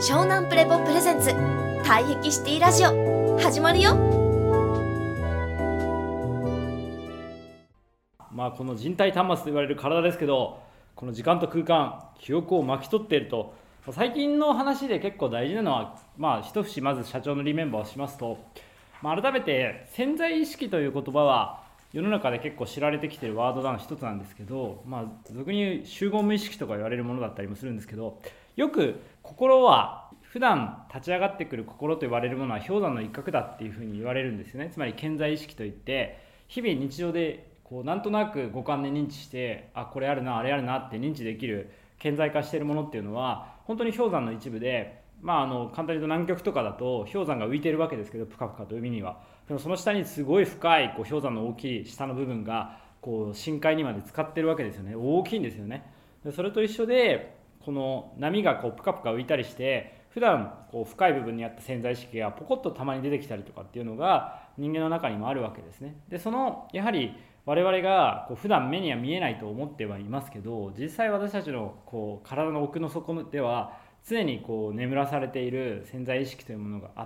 湘南プレポプレゼンツ退癖シティラジオ始まるよ。 この人体端末と言われる体ですけど、この時間と空間、記憶を巻き取っていると。最近の話で結構大事なのは、一節まず社長のリメンバーをしますと、改めて潜在意識という言葉は世の中で結構知られてきているワードの一つなんですけど、俗に言う集合無意識とか言われるものだったりもするんですけど、よく心は普段立ち上がってくる心と言われるものは氷山の一角だっていうふうに言われるんですよね。つまり潜在意識といって、日々日常でなんとなく五感で認知して、これあるなあれあるなって認知できる顕在化しているものっていうのは本当に氷山の一部で、簡単に言うと南極とかだと氷山が浮いているわけですけど、プカプカと海には。でもその下にすごい深い氷山の大きい下の部分が深海にまで浸かってるわけですよね。大きいんですよね。でそれと一緒で、この波がプカプカ浮いたりして、普段深い部分にあった潜在意識がポコッとたまに出てきたりとかっていうのが人間の中にもあるわけですね。でやはり我々が普段目には見えないと思ってはいますけど、実際私たちの体の奥の底では常に眠らされている潜在意識というものがあって、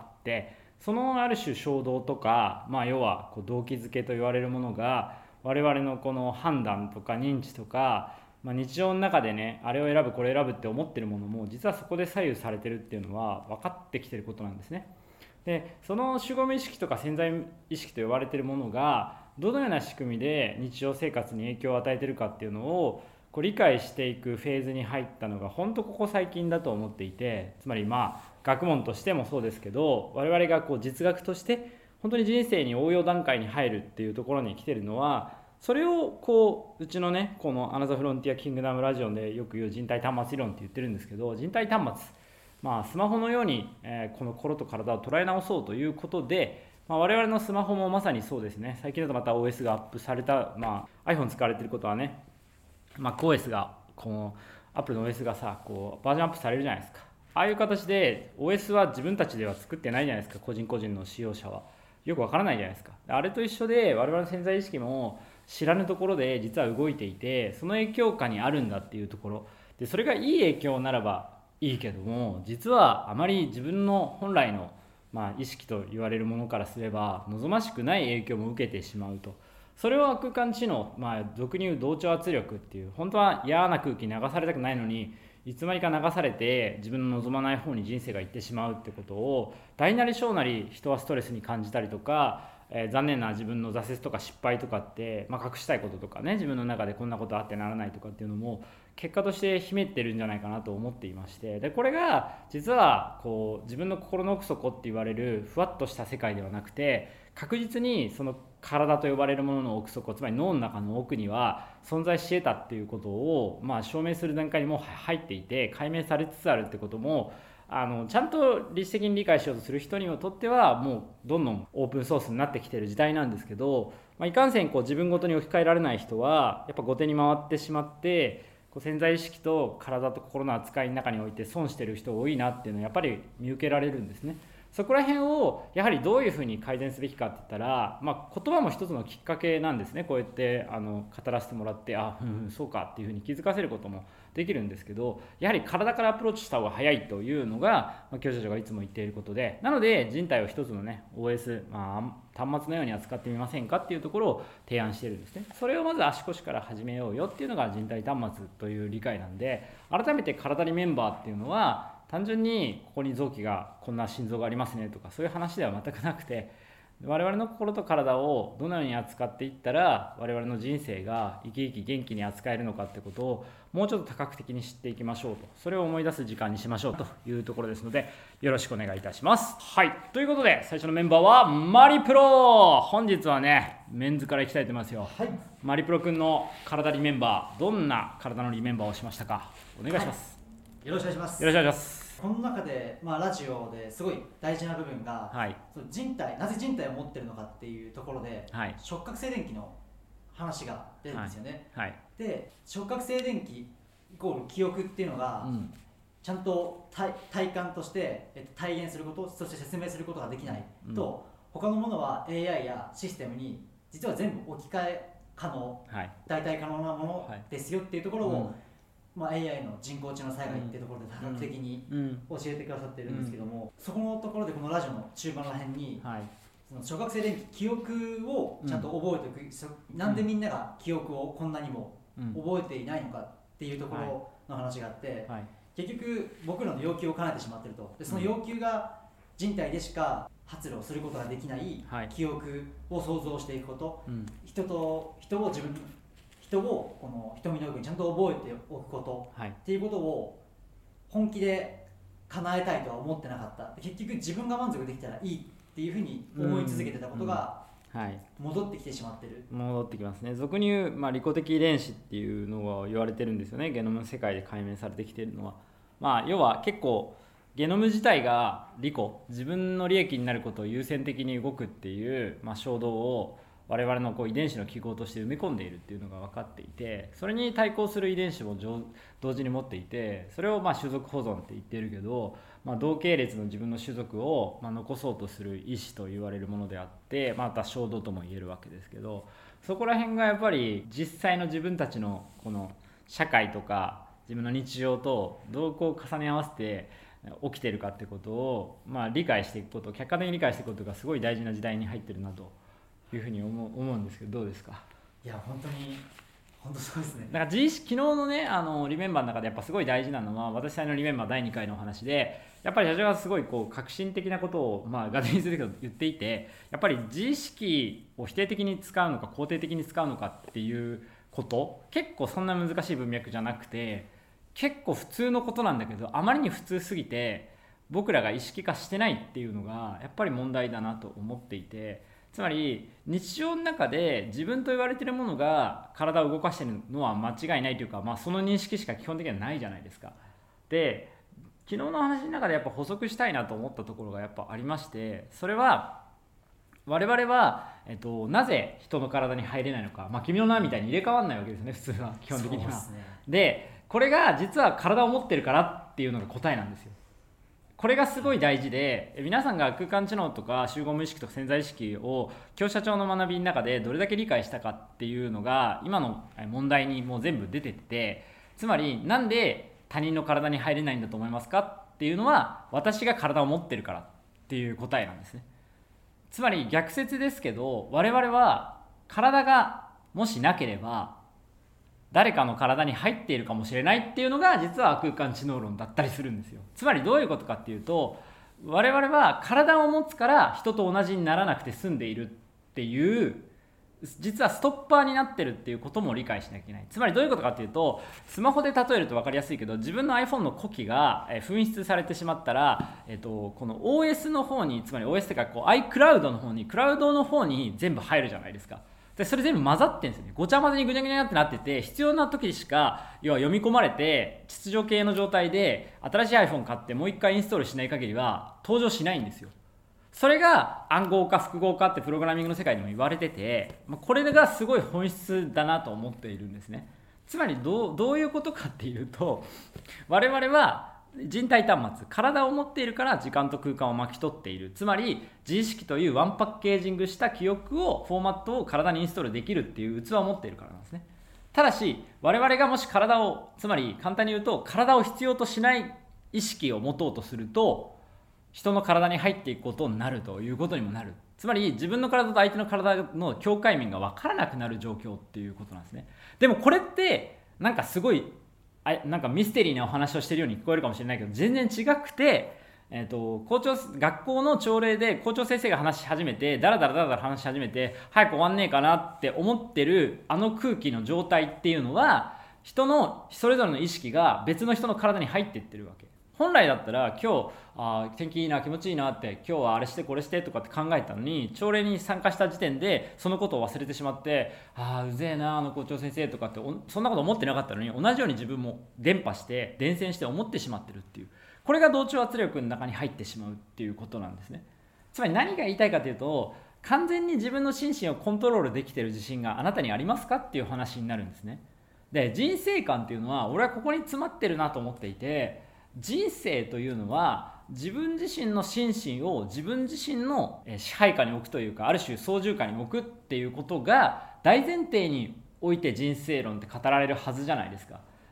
そのある種衝動とか、要は動機づけと言われるものが我々のこの判断とか認知とか、日常の中でね、あれを選ぶこれ選ぶって思ってるものも実はそこで左右されてるっていうのは分かってきてることなんですね。でその集合無意識とか潜在意識と呼ばれているものがどのような仕組みで日常生活に影響を与えているかっていうのを理解していくフェーズに入ったのが本当ここ最近だと思っていて、つまり学問としてもそうですけど、我々が実学として本当に人生に応用段階に入るっていうところに来てるのは、それをうちのね、このアナザーフロンティアキングダムラジオでよく言う人体端末理論って言ってるんですけど、人体端末、スマホのように、この心と体を捉え直そうということで、我々のスマホもまさにそうですね。最近だとまた OS がアップされた、iPhone 使われてることはね、MacOS がApple の OS がバージョンアップされるじゃないですか。ああいう形で OS は自分たちでは作ってないじゃないですか。個人個人の使用者はよくわからないじゃないですか。あれと一緒で我々の潜在意識も知らぬところで実は動いていて、その影響下にあるんだっていうところで、それがいい影響ならばいいけども、実はあまり自分の本来の意識と言われるものからすれば望ましくない影響も受けてしまうと。それは空間知能、俗に言う同調圧力っていう、本当は嫌な空気流されたくないのにいつまにか流されて自分の望まない方に人生が行ってしまうってことを、大なり小なり人はストレスに感じたりとか、残念な自分の挫折とか失敗とかって、隠したいこととかね、自分の中でこんなことあってならないとかっていうのも結果として秘めてるんじゃないかなと思っていまして、でこれが実は自分の心の奥底って言われるふわっとした世界ではなくて、確実にその体と呼ばれるものの奥底、つまり脳の中の奥には存在し得たっていうことを、証明する段階にも入っていて、解明されつつあるってこともちゃんと理知的に理解しようとする人にとってはもうどんどんオープンソースになってきている時代なんですけど、いかんせん自分ごとに置き換えられない人はやっぱ後手に回ってしまって、潜在意識と体と心の扱いの中において損している人多いなっていうのはやっぱり見受けられるんですね。そこら辺をやはりどういうふうに改善すべきかって言ったら、言葉も一つのきっかけなんですね。こうやって語らせてもらって、そうかっていうふうに気づかせることもできるんですけど、やはり体からアプローチした方が早いというのが教授がいつも言っていることで、なので人体を一つのね OS、端末のように扱ってみませんかっていうところを提案しているんですね。それをまず足腰から始めようよっていうのが人体端末という理解なんで、改めて体にメンバーっていうのは単純にここに臓器がこんな心臓がありますねとかそういう話では全くなくて、我々の心と体をどのように扱っていったら我々の人生が生き生き元気に扱えるのかってことをもうちょっと多角的に知っていきましょうと、それを思い出す時間にしましょうというところですので、よろしくお願いいたします。はい、ということで最初のメンバーはマリプロ。本日はねメンズからいきたいと思いますよ。マリプロくんの体リメンバー、どんな体のリメンバーをしましたか。お願いします。 よろしくお願いします。 よろしくお願いします。 この中で、ラジオですごい大事な部分が、そのなぜ人体を持ってるのかっていうところで、触覚静電気の話が出るんですよね。で、触覚静電気イコール記憶っていうのが、ちゃんと体感として体現すること、そして説明することができないと、他のものは AI やシステムに実は全部置き換え可能、代替可能なものですよっていうところを AI の人工知能災害っていうところで多角的に教えてくださってるんですけども、そこのところでこのラジオの中盤ら辺に、その小学生電気記憶をちゃんと覚えておく、なんでみんなが記憶をこんなにも覚えていないのかっていうところの話があって、結局僕らの要求を叶えてしまってると。でその要求が人体でしか発露することができない記憶を想像していくこと、人をこの瞳の奥にちゃんと覚えておくこと、っていうことを本気で叶えたいとは思ってなかった。結局自分が満足できたらいいっていうふうに思い続けてたことが戻ってきてしまってる。 戻ってきますね。俗に言う、利己的遺伝子っていうのが言われてるんですよね。ゲノムの世界で解明されてきているのは、要は結構ゲノム自体が利己、自分の利益になることを優先的に動くっていう、衝動を我々の遺伝子の記号として埋め込んでいるっていうのが分かっていて、それに対抗する遺伝子も同時に持っていて、それを種族保存って言ってるけど、同系列の自分の種族を残そうとする意思と言われるものであって、また衝動とも言えるわけですけど、そこら辺がやっぱり実際の自分たちのこの社会とか自分の日常とどう重ね合わせて起きてるかってことを理解していくこと、客観的に理解していくことがすごい大事な時代に入ってるなというふうに思うんですけど、どうですか？ いや本当そうですね。 だから自意識、昨日のねリメンバーの中でやっぱすごい大事なのは、私のリメンバー第2回のお話で、やっぱり社長がすごい革新的なことをガゼミするけど言っていて、やっぱり自意識を否定的に使うのか肯定的に使うのかっていうこと、結構そんな難しい文脈じゃなくて、結構普通のことなんだけど、あまりに普通すぎて僕らが意識化してないっていうのがやっぱり問題だなと思っていて、つまり日常の中で自分と言われているものが体を動かしているのは間違いないというか、その認識しか基本的にはないじゃないですか。で、昨日の話の中でやっぱ補足したいなと思ったところがやっぱありまして、それは我々は、なぜ人の体に入れないのか、君の名みたいに入れ替わらないわけですね、普通は基本的には。で、これが実は体を持ってるからっていうのが答えなんですよ。これがすごい大事で、皆さんが空間知能とか集合無意識とか潜在意識を教師社長の学びの中でどれだけ理解したかっていうのが今の問題にもう全部出てて、つまりなんで他人の体に入れないんだと思いますかっていうのは、私が体を持ってるからっていう答えなんですね。つまり逆説ですけど、我々は体がもしなければ誰かの体に入っているかもしれないっていうのが実は空間知能論だったりするんですよ。つまりどういうことかっていうと、我々は体を持つから人と同じにならなくて済んでいるっていう、実はストッパーになってるっていうことも理解しなきゃいけない。つまりどういうことかっていうと、スマホで例えると分かりやすいけど、自分の iPhone の呼気が紛失されてしまったら、この OS の方に、つまり OS っていうかiCloud の方に、クラウドの方に全部入るじゃないですか。でそれ全部混ざってるんですよね。ごちゃ混ぜにぐにゃぐにゃってなってて、必要な時しか要は読み込まれて秩序系の状態で、新しい iPhone 買ってもう一回インストールしない限りは登場しないんですよ。それが暗号化複合化ってプログラミングの世界でも言われてて、これがすごい本質だなと思っているんですね。つまりどういうことかっていうと、我々は人体端末、体を持っているから時間と空間を巻き取っている。つまり自意識というワンパッケージングした記憶を、フォーマットを体にインストールできるっていう器を持っているからなんですね。ただし我々がもし体を、つまり簡単に言うと体を必要としない意識を持とうとすると、人の体に入っていくことになるということにもなる。つまり自分の体と相手の体の境界面が分からなくなる状況っていうことなんですね。でもこれってなんかすごいなんかミステリーなお話をしているように聞こえるかもしれないけど、全然違くて、学校の朝礼で校長先生が話し始めて、だらだら話し始めて、早く終わんねえかなって思ってるあの空気の状態っていうのは、人のそれぞれの意識が別の人の体に入っていってるわけ。本来だったら今日天気いいな、気持ちいいなって、今日はあれしてこれしてとかって考えたのに、朝礼に参加した時点でそのことを忘れてしまって、うぜえなあの校長先生とかってそんなこと思ってなかったのに、同じように自分も伝染して思ってしまってるっていう、これが同調圧力の中に入ってしまうっていうことなんですね。つまり何が言いたいかというと、完全に自分の心身をコントロールできている自信があなたにありますかっていう話になるんですね。で、人生観っていうのは俺はここに詰まってるなと思っていて、人生というのは自分自身の心身を自分自身の支配下に置くというか、ある種操縦下に置くっていうことが大前提において人生論って語られるはずじゃないですか。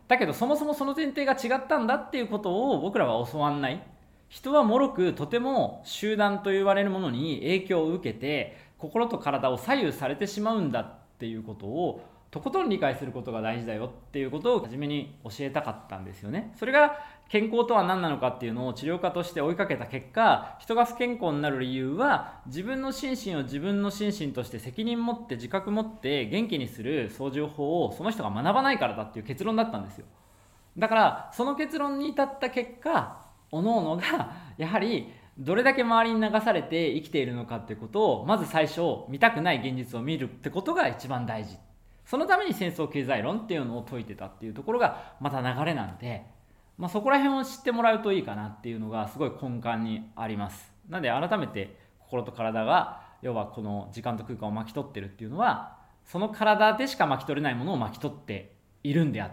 だけどそもそもその前提が違ったんだっていうことを僕らは教わんない。人は脆くとても集団と言われるものに影響を受けて心と体を左右されてしまうんだっていうことをとことん理解することが大事だよっていうことを初めに教えたかったんですよね。それが健康とは何なのかっていうのを治療家として追いかけた結果、人が不健康になる理由は自分の心身を自分の心身として責任持って自覚持って元気にする相乗法をその人が学ばないからだっていう結論だったんですよ。だからその結論に至った結果、各々がやはりどれだけ周りに流されて生きているのかっていうことをまず最初見たくない現実を見るってことが一番大事。そのために戦争経済論っていうのを説いてたっていうところがまた流れなんで、そこら辺を知ってもらうといいかなっていうのがすごい根幹にあります。なので改めて心と体が要はこの時間と空間を巻き取ってるっていうのはその体でしか巻き取れないものを巻き取っているんであって、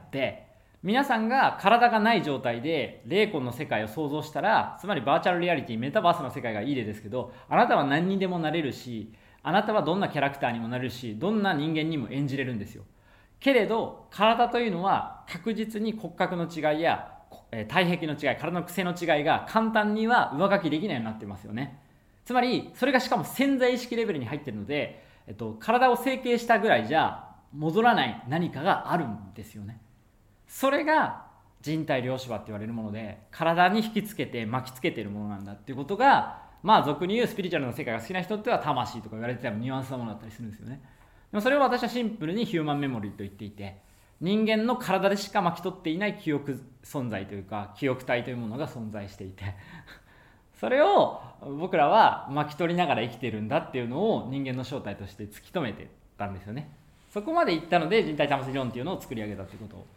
皆さんが体がない状態で霊魂の世界を想像したら、つまりバーチャルリアリティメタバースの世界がいい例ですけど、あなたは何にでもなれるし、あなたはどんなキャラクターにもなれるし、どんな人間にも演じれるんですよ。けれど体というのは確実に骨格の違いや体壁の違い、体の癖の違いが簡単には上書きできないようになってますよね。つまりそれがしかも潜在意識レベルに入っているので、体を整形したぐらいじゃ戻らない何かがあるんですよね。それが人体量子場って言われるもので、体に引きつけて巻きつけているものなんだっていうことが、俗に言うスピリチュアルの世界が好きな人っては魂とか言われてたニュアンスなものだったりするんですよね。でもそれを私はシンプルにヒューマンメモリーと言っていて、人間の体でしか巻き取っていない記憶存在というか記憶体というものが存在していてそれを僕らは巻き取りながら生きてるんだっていうのを人間の正体として突き止めてたんですよね。そこまでいったので人体魂論っていうのを作り上げたということを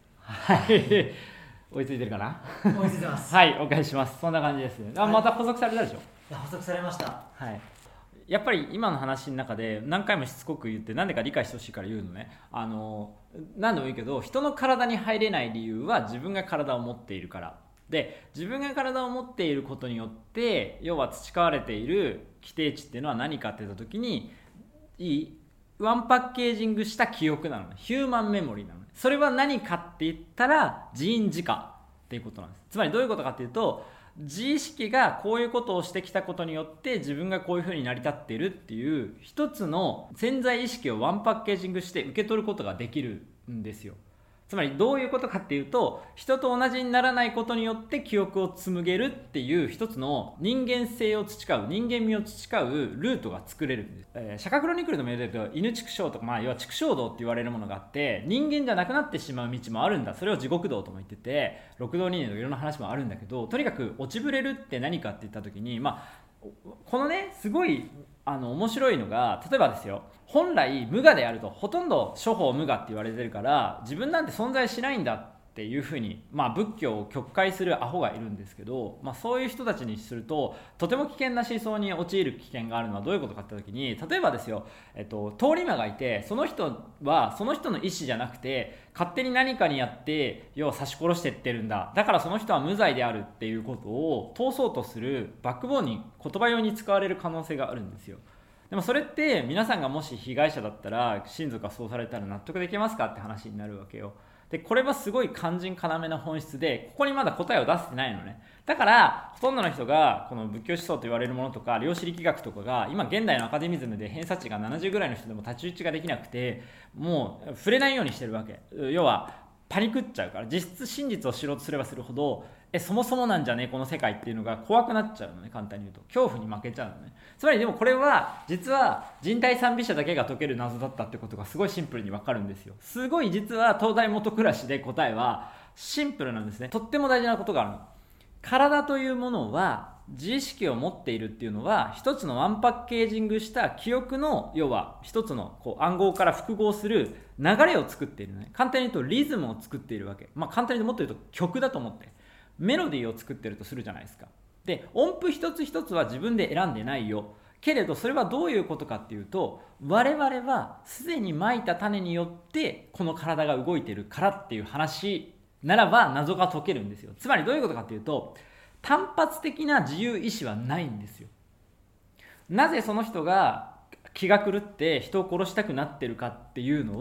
追いついてるかな追いついてますはい、お返しします。そんな感じです。また補足されたでしょ。 補足されました。 はい、やっぱり今の話の中で何回もしつこく言って何でか理解してほしいから言うのね。何でもいいけど、人の体に入れない理由は自分が体を持っているからで、自分が体を持っていることによって要は培われている規定値っていうのは何かって言った時にワンパッケージングした記憶なのね。ヒューマンメモリーなのね。それは何かって言ったら自因自家っていうことなんです。つまりどういうことかっていうと、自意識がこういうことをしてきたことによって自分がこういうふうに成り立っているっていう一つの潜在意識をワンパッケージングして受け取ることができるんですよ。つまりどういうことかっていうと、人と同じにならないことによって記憶を紡げるっていう一つの人間性を培う、人間味を培うルートが作れるんです。釈迦クロニクルのメールで言うと犬畜生とか、要は畜生道って言われるものがあって、人間じゃなくなってしまう道もあるんだ、それを地獄道とも言ってて、六道二年のいろんな話もあるんだけど、とにかく落ちぶれるって何かって言った時に、このねすごい面白いのが、例えばですよ、本来無我であると、ほとんど諸法無我って言われてるから自分なんて存在しないんだっていうふうに、仏教を曲解するアホがいるんですけど、そういう人たちにするととても危険な思想に陥る危険があるのはどういうことかって時に、例えばですよ、通り魔がいて、その人はその人の意思じゃなくて勝手に何かにやって要は刺し殺してってるんだ、だからその人は無罪であるっていうことを通そうとするバックボーンに言葉用に使われる可能性があるんですよ。でもそれって皆さんがもし被害者だったら、親族がそうされたら納得できますかって話になるわけよ。でこれはすごい肝心要な本質で、ここにまだ答えを出してないのね。だからほとんどの人がこの仏教思想と言われるものとか量子力学とかが今現代のアカデミズムで偏差値が70ぐらいの人でも太刀打ちができなくて、もう触れないようにしてるわけ。要はパニクっちゃうから、実質真実を知ろうとすればするほどそもそもなんじゃねえこの世界っていうのが怖くなっちゃうのね。簡単に言うと恐怖に負けちゃうのね。つまりでもこれは実は人体賛美者だけが解ける謎だったってことがすごいシンプルに分かるんですよ。すごい実は東大元暮らしで答えはシンプルなんですね。とっても大事なことがあるの。体というものは自意識を持っているっていうのは一つのワンパッケージングした記憶の要は一つの暗号から複合する流れを作っているのね。簡単に言うとリズムを作っているわけ。簡単にもっと言うと曲だと思って、メロディーを作ってるとするじゃないですか。で音符一つ一つは自分で選んでないよ。けれどそれはどういうことかっていうと、我々はすでにまいた種によってこの体が動いているからっていう話ならば謎が解けるんですよ。つまりどういうことかっていうと、単発的な自由意志はないんですよ。なぜその人が気が狂って人を殺したくなってるかっていうのは、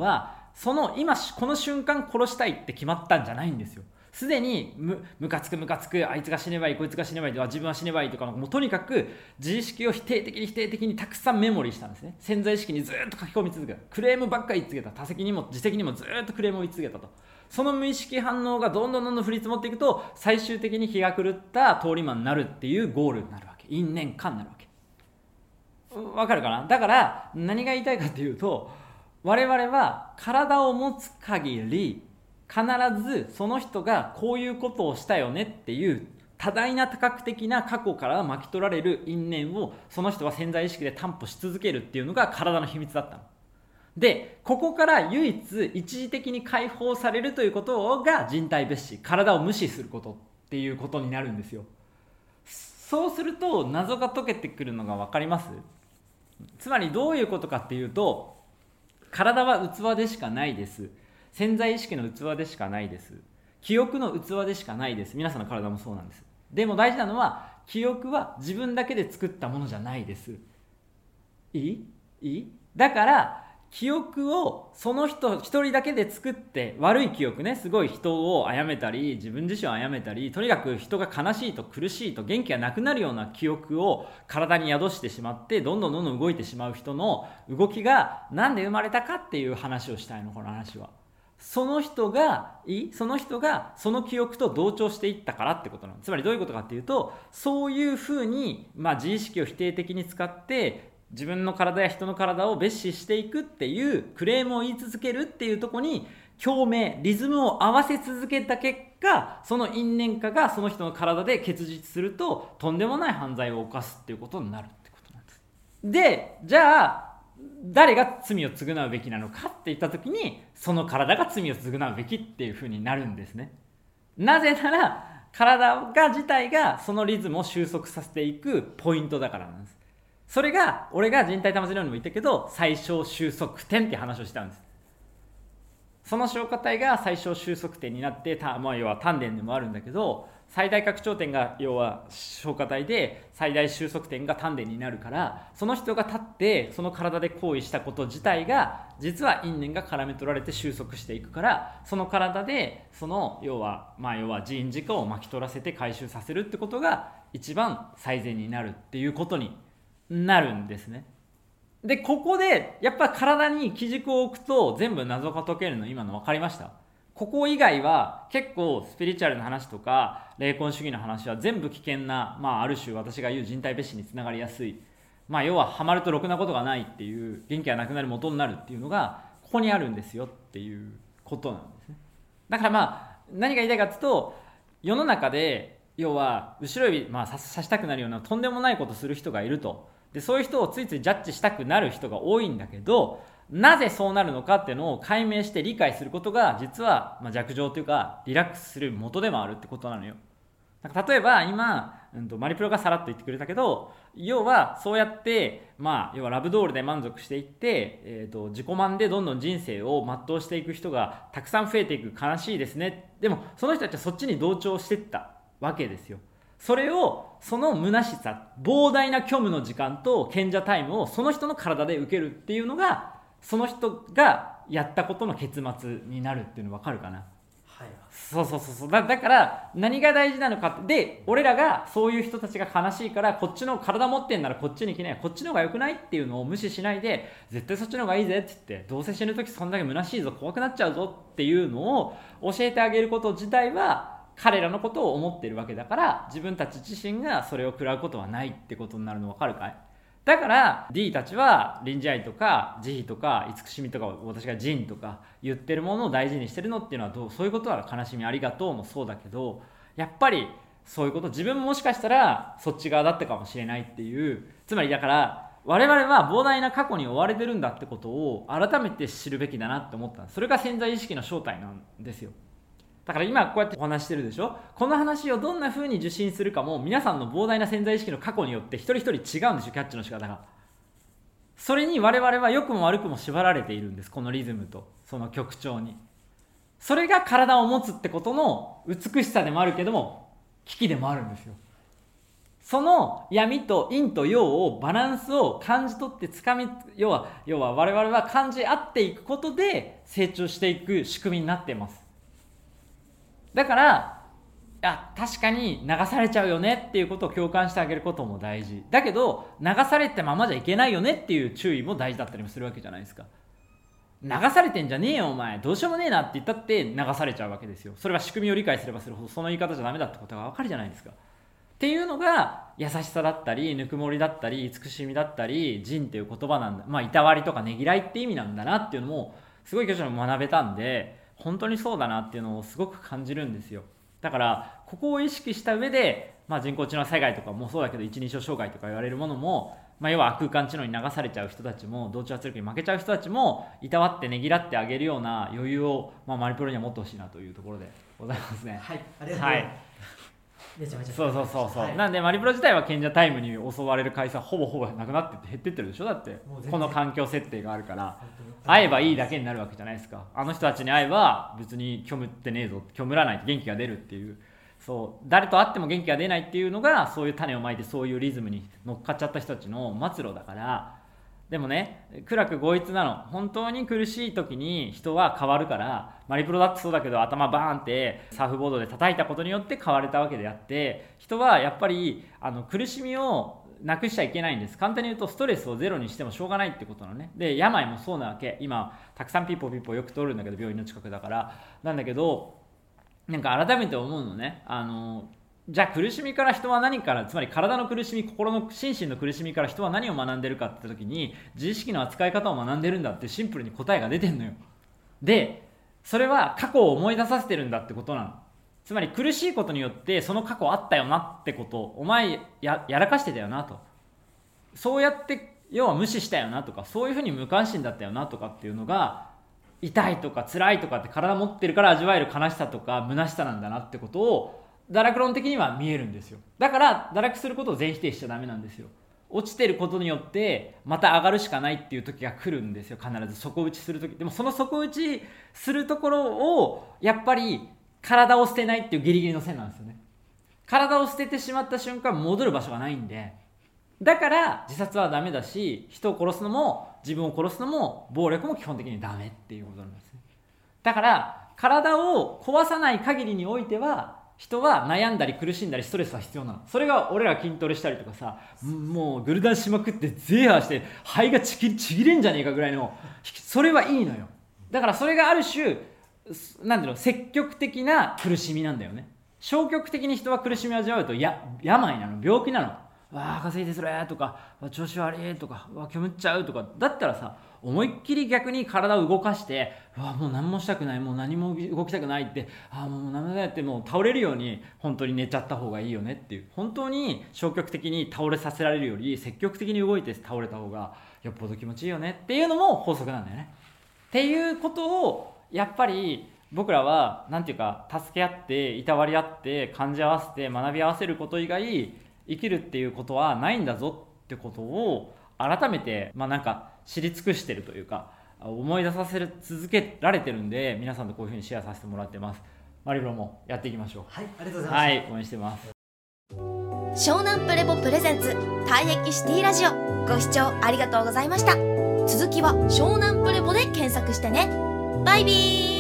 その今この瞬間殺したいって決まったんじゃないんですよ。すでにムカつくあいつが死ねばいいこいつが死ねばいいとか自分は死ねばいいとかもうとにかく自意識を否定的にたくさんメモリーしたんですね。潜在意識にずっと書き込み続けた。クレームばっかり言い続けた。他責にも自責にもずっとクレームを言い続けたと。その無意識反応がどんどん降り積もっていくと最終的に日が狂った通り魔になるっていうゴールになるわけ。因縁感になるわけ。わかるかな。だから何が言いたいかっていうと、我々は体を持つ限り必ずその人がこういうことをしたよねっていう多大な多角的な過去から巻き取られる因縁をその人は潜在意識で担保し続けるっていうのが体の秘密だったので、ここから唯一一時的に解放されるということが人体蔑視、体を無視することっていうことになるんですよ。そうすると謎が解けてくるのが分かります？つまりどういうことかっていうと、体は器でしかないです。潜在意識の器でしかないです。記憶の器でしかないです。皆さんの体もそうなんです。でも大事なのは、記憶は自分だけで作ったものじゃないです。いい？だから記憶をその人一人だけで作って、悪い記憶ね、すごい人を殺めたり自分自身を殺めたり、とにかく人が悲しいと苦しいと元気がなくなるような記憶を体に宿してしまって、どんどん動いてしまう人の動きがなんで生まれたかっていう話をしたいの。この話はその人がその記憶と同調していったからってことなの。つまりどういうことかっていうと、そういうふうに、自意識を否定的に使って自分の体や人の体を蔑視していくっていうクレームを言い続けるっていうところに共鳴、リズムを合わせ続けた結果、その因縁化がその人の体で結実するととんでもない犯罪を犯すっていうことになるってことなんです。で、じゃあ誰が罪を償うべきなのかって言った時に、その体が罪を償うべきっていうふうになるんですね。なぜなら体自体がそのリズムを収束させていくポイントだからなんです。それが俺が人体魂理論にも言ったけど、最小収束点って話をしたんです。その消化体が最小収束点になって、要は丹田でもあるんだけど、最大拡張点が要は消化体で、最大収束点が丹田になるから、その人が立ってその体で行為したこと自体が実は因縁が絡め取られて収束していくから、その体でその要は人因時間を巻き取らせて回収させるってことが一番最善になるっていうことになるんですね。で、ここでやっぱ体に基軸を置くと全部謎が解けるの今の分かりました？ここ以外は結構スピリチュアルな話とか霊魂主義の話は全部危険な、ある種私が言う人体蔑視につながりやすい、要はハマるとろくなことがないっていう、元気がなくなる元になるっていうのがここにあるんですよっていうことなんですね。だから何が言いたいかっていうと、世の中で要は後ろ指刺したくなるようなとんでもないことする人がいると。で、そういう人をついついジャッジしたくなる人が多いんだけど、なぜそうなるのかっていうのを解明して理解することが実は弱情というかリラックスする元でもあるってことなのよ。例えば今、マリプロがさらっと言ってくれたけど、要はそうやって、要はラブドールで満足していって、自己満でどんどん人生を全うしていく人がたくさん増えていく。悲しいですね。でもその人たちはそっちに同調していったわけですよ。それを、その虚しさ、膨大な虚無の時間と賢者タイムをその人の体で受けるっていうのが、その人がやったことの結末になるっていうの分かるかな？はい。そうだから何が大事なのかって、で、俺らがそういう人たちが悲しいから、こっちの体持ってんならこっちに来ない、こっちの方が良くないっていうのを無視しないで、絶対そっちの方がいいぜって言って、どうせ死ぬ時そんだけ虚しいぞ、怖くなっちゃうぞっていうのを教えてあげること自体は彼らのことを思っているわけだから、自分たち自身がそれを食らうことはないってことになるの分かるかい？だから D たちは臨時愛とか慈悲とか慈しみとか、私が仁とか言ってるものを大事にしてるのっていうのはそういうことは悲しみありがとうもそうだけど、やっぱりそういうこと、自分ももしかしたらそっち側だったかもしれないっていう、つまりだから我々は膨大な過去に追われてるんだってことを改めて知るべきだなって思った。それが潜在意識の正体なんですよ。だから今こうやってお話してるでしょ。この話をどんな風に受信するかも皆さんの膨大な潜在意識の過去によって一人一人違うんですよ、キャッチの仕方が。それに我々は良くも悪くも縛られているんです、このリズムとその曲調に。それが体を持つってことの美しさでもあるけども危機でもあるんですよ。 その闇と陰と陽をバランスを感じ取って要は我々は感じ合っていくことで成長していく仕組みになっています。だから確かに流されちゃうよねっていうことを共感してあげることも大事だけど、流されたままじゃいけないよねっていう注意も大事だったりもするわけじゃないですか。流されてんじゃねえよお前、どうしようもねえなって言ったって流されちゃうわけですよ。それは仕組みを理解すればするほどその言い方じゃダメだってことが分かるじゃないですか。っていうのが優しさだったりぬくもりだったり慈しみだったり仁っていう言葉なんだ、いたわりとかねぎらいって意味なんだなっていうのもすごい巨匠に学べたんで、本当にそうだなっていうのをすごく感じるんですよ。だからここを意識した上で、人工知能災害とかもそうだけど一人称障害とか言われるものも、要は空間知能に流されちゃう人たちも同調圧力に負けちゃう人たちもいたわってねぎらってあげるような余裕を、マリプロには持ってほしいなというところでございますね。 はい、ありがとうございます。めちゃめちゃそう、なんでマリプロ自体は賢者タイムに襲われる回数はほぼなくなってって減ってってるでしょ。だってこの環境設定があるから会えばいいだけになるわけじゃないですか。あの人たちに会えば別に虚無ってねえぞ、虚無らないと元気が出るっていう、誰と会っても元気が出ないっていうのがそういう種をまいてそういうリズムに乗っかっちゃった人たちの末路だから。でもね、苦楽合一なの。本当に苦しい時に人は変わるから、マリプロだってそうだけど頭バーンってサーフボードで叩いたことによって変われたわけであって、人はやっぱり苦しみをなくしちゃいけないんです。簡単に言うとストレスをゼロにしてもしょうがないってことなのね。で病もそうなわけ。今たくさんピッポよく通るんだけど、病院の近くだからなんだけど、なんか改めて思うのね、じゃあ苦しみから人は何から、つまり体の苦しみ、心の心身の苦しみから人は何を学んでるかって時に、自意識の扱い方を学んでるんだってシンプルに答えが出てんのよ。でそれは過去を思い出させてるんだってことなの。つまり苦しいことによってその過去あったよなってこと、お前 やらかしてたよなと、そうやって要は無視したよなとか、そういうふうに無関心だったよなとかっていうのが痛いとか辛いとかって体持ってるから味わえる悲しさとか虚しさなんだなってことを堕落論的には見えるんですよ。だから堕落することを全否定しちゃダメなんですよ。落ちてることによってまた上がるしかないっていう時が来るんですよ。必ず底打ちする時。でもその底打ちするところをやっぱり体を捨てないっていうギリギリの線なんですよね。体を捨ててしまった瞬間戻る場所がないんで、だから自殺はダメだし、人を殺すのも自分を殺すのも暴力も基本的にダメっていうことなんですね。だから体を壊さない限りにおいては人は悩んだり苦しんだりストレスは必要なの。それが俺ら筋トレしたりとかさ、もうグルダンしまくってゼーハーして肺がちぎれんじゃねえかぐらいの、それはいいのよ。だからそれがある種なんていうの、積極的な苦しみなんだよね。消極的に人は苦しみを味わうと病なの、病気なの。わあ稼いでそれとか、調子悪いとか、煙っちゃうとかだったらさ、思いっきり逆に体を動かして、もう何もしたくない、もう何も動きたくないって、もう何もないって、もう倒れるように本当に寝ちゃった方がいいよねっていう、本当に消極的に倒れさせられるより積極的に動いて倒れた方がよっぽど気持ちいいよねっていうのも法則なんだよね。っていうことをやっぱり僕らはなんていうか、助け合っていたわり合って感じ合わせて学び合わせること以外生きるっていうことはないんだぞってことを改めてなんか知り尽くしてるというか、思い出させ続けられてるんで、皆さんとこういうふうにシェアさせてもらってます。マリブロもやっていきましょう。 はい、ありがとうございます。はい、 応援してます。 湘南プレボプレゼンツ退役シティラジオ、ご視聴ありがとうございました。続きは湘南プレボで検索してね。バイビー。